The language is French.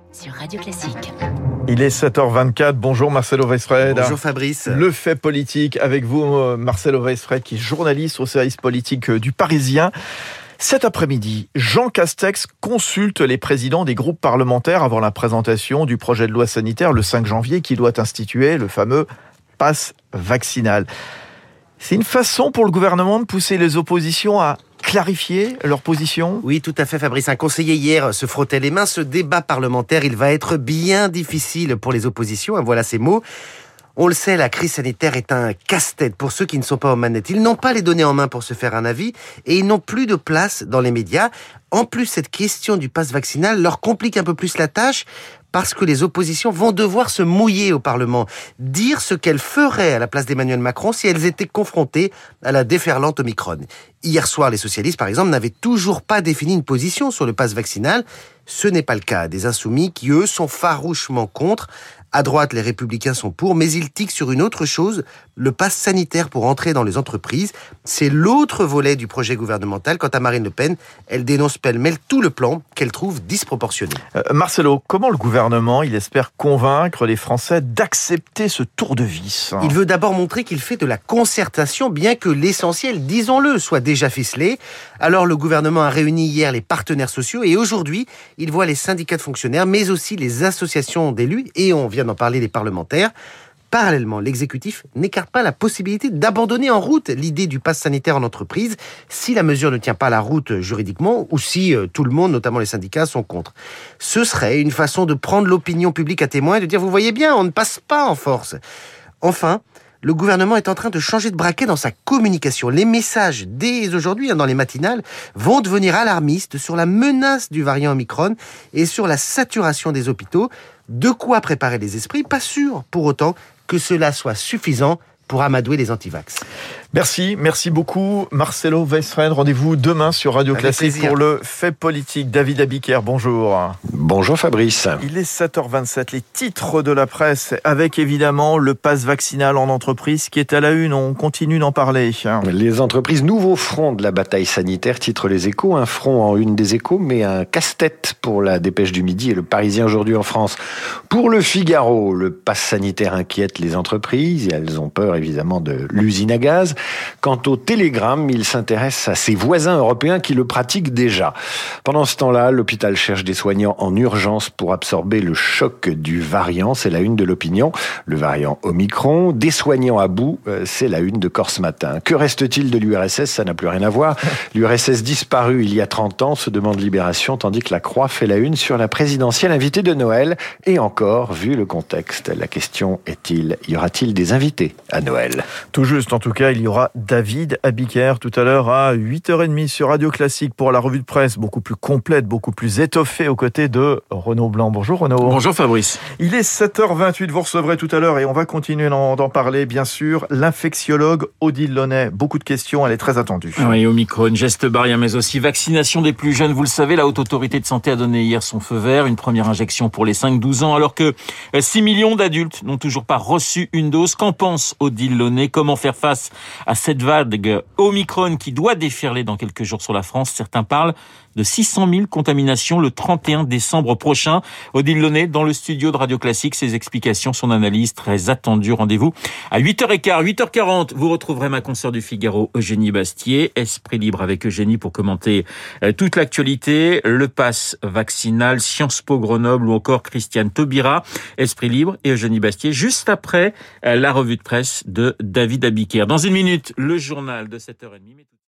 sur Radio Classique. Il est 7h24. Bonjour Marcelo Weisfred. Bonjour Fabrice. Le fait politique avec vous, Marcelo Weisfred, qui est journaliste au service politique du Parisien. Cet après-midi, Jean Castex consulte les présidents des groupes parlementaires avant la présentation du projet de loi sanitaire le 5 janvier qui doit instituer le fameux pass vaccinal. C'est une façon pour le gouvernement de pousser les oppositions à clarifier leur position ? Oui, tout à fait Fabrice. Un conseiller hier se frottait les mains. Ce débat parlementaire, il va être bien difficile pour les oppositions. Voilà ces mots. On le sait, la crise sanitaire est un casse-tête pour ceux qui ne sont pas aux manettes. Ils n'ont pas les données en main pour se faire un avis et ils n'ont plus de place dans les médias. En plus, cette question du pass vaccinal leur complique un peu plus la tâche parce que les oppositions vont devoir se mouiller au Parlement, dire ce qu'elles feraient à la place d'Emmanuel Macron si elles étaient confrontées à la déferlante Omicron. Hier soir, les socialistes, par exemple, n'avaient toujours pas défini une position sur le pass vaccinal. Ce n'est pas le cas des Insoumis qui, eux, sont farouchement contre. À droite, les Républicains sont pour, mais ils tiquent sur une autre chose, le pass sanitaire pour entrer dans les entreprises. C'est l'autre volet du projet gouvernemental. Quant à Marine Le Pen, elle dénonce pêle-mêle tout le plan qu'elle trouve disproportionné. Marcelo, comment le gouvernement, il espère convaincre les Français d'accepter ce tour de vis ? Il veut d'abord montrer qu'il fait de la concertation, bien que l'essentiel, disons-le, soit déjà ficelé. Alors le gouvernement a réuni hier les partenaires sociaux et aujourd'hui, il voit les syndicats de fonctionnaires, mais aussi les associations d'élus et on vient d'en parler, les parlementaires. Parallèlement, l'exécutif n'écarte pas la possibilité d'abandonner en route l'idée du pass sanitaire en entreprise si la mesure ne tient pas la route juridiquement ou si tout le monde, notamment les syndicats, sont contre. Ce serait une façon de prendre l'opinion publique à témoin et de dire « vous voyez bien, on ne passe pas en force ». Enfin, le gouvernement est en train de changer de braquet dans sa communication. Les messages, dès aujourd'hui, dans les matinales, vont devenir alarmistes sur la menace du variant Omicron et sur la saturation des hôpitaux. De quoi préparer les esprits, pas sûr pour autant que cela soit suffisant pour amadouer les antivax. Merci beaucoup Marcelo Weisfred. Rendez-vous demain sur Radio Classique pour le fait politique. David Abiker, bonjour. Bonjour Fabrice. Il est 7h27, les titres de la presse avec évidemment le pass vaccinal en entreprise qui est à la une, on continue d'en parler. Les entreprises, nouveau front de la bataille sanitaire, titre Les Échos, un front en une des Échos, mais un casse-tête pour la Dépêche du Midi et le Parisien aujourd'hui en France. Pour le Figaro, le pass sanitaire inquiète les entreprises, et elles ont peur évidemment de l'usine à gaz. Quant au Télégramme, il s'intéresse à ses voisins européens qui le pratiquent déjà. Pendant ce temps-là, l'hôpital cherche des soignants en urgence pour absorber le choc du variant. C'est la une de l'Opinion. Le variant Omicron. Des soignants à bout, c'est la une de Corse Matin. Que reste-t-il de l'URSS ? Ça n'a plus rien à voir. L'URSS disparue il y a 30 ans, se demande Libération, tandis que la Croix fait la une sur la présidentielle invitée de Noël. Et encore, vu le contexte, la question est-il, y aura-t-il des invités à Noël ? Tout juste, en tout cas, il y aura David Abiker tout à l'heure à 8h30 sur Radio Classique pour la revue de presse, beaucoup plus complète, beaucoup plus étoffée aux côtés de Renaud Blanc. Bonjour Renaud. Bonjour Fabrice. Il est 7h28, vous recevrez tout à l'heure et on va continuer d'en parler bien sûr. L'infectiologue Odile Launay, beaucoup de questions, elle est très attendue. Oui, Omicron, geste barrière mais aussi vaccination des plus jeunes. Vous le savez, la Haute Autorité de Santé a donné hier son feu vert, une première injection pour les 5-12 ans alors que 6 millions d'adultes n'ont toujours pas reçu une dose. Qu'en pense Odile Launay ? Comment faire face à cette vague Omicron qui doit déferler dans quelques jours sur la France? Certains parlent de 600 000 contaminations le 31 décembre prochain. Odile Launay dans le studio de Radio Classique. Ses explications, son analyse très attendue. Rendez-vous à 8h15, 8h40. Vous retrouverez ma consoeur du Figaro, Eugénie Bastier. Esprit libre avec Eugénie pour commenter toute l'actualité. Le pass vaccinal, Sciences Po Grenoble ou encore Christiane Taubira. Esprit libre et Eugénie Bastier juste après la revue de presse de David Abiker. Dans une minute, le journal de 7h30.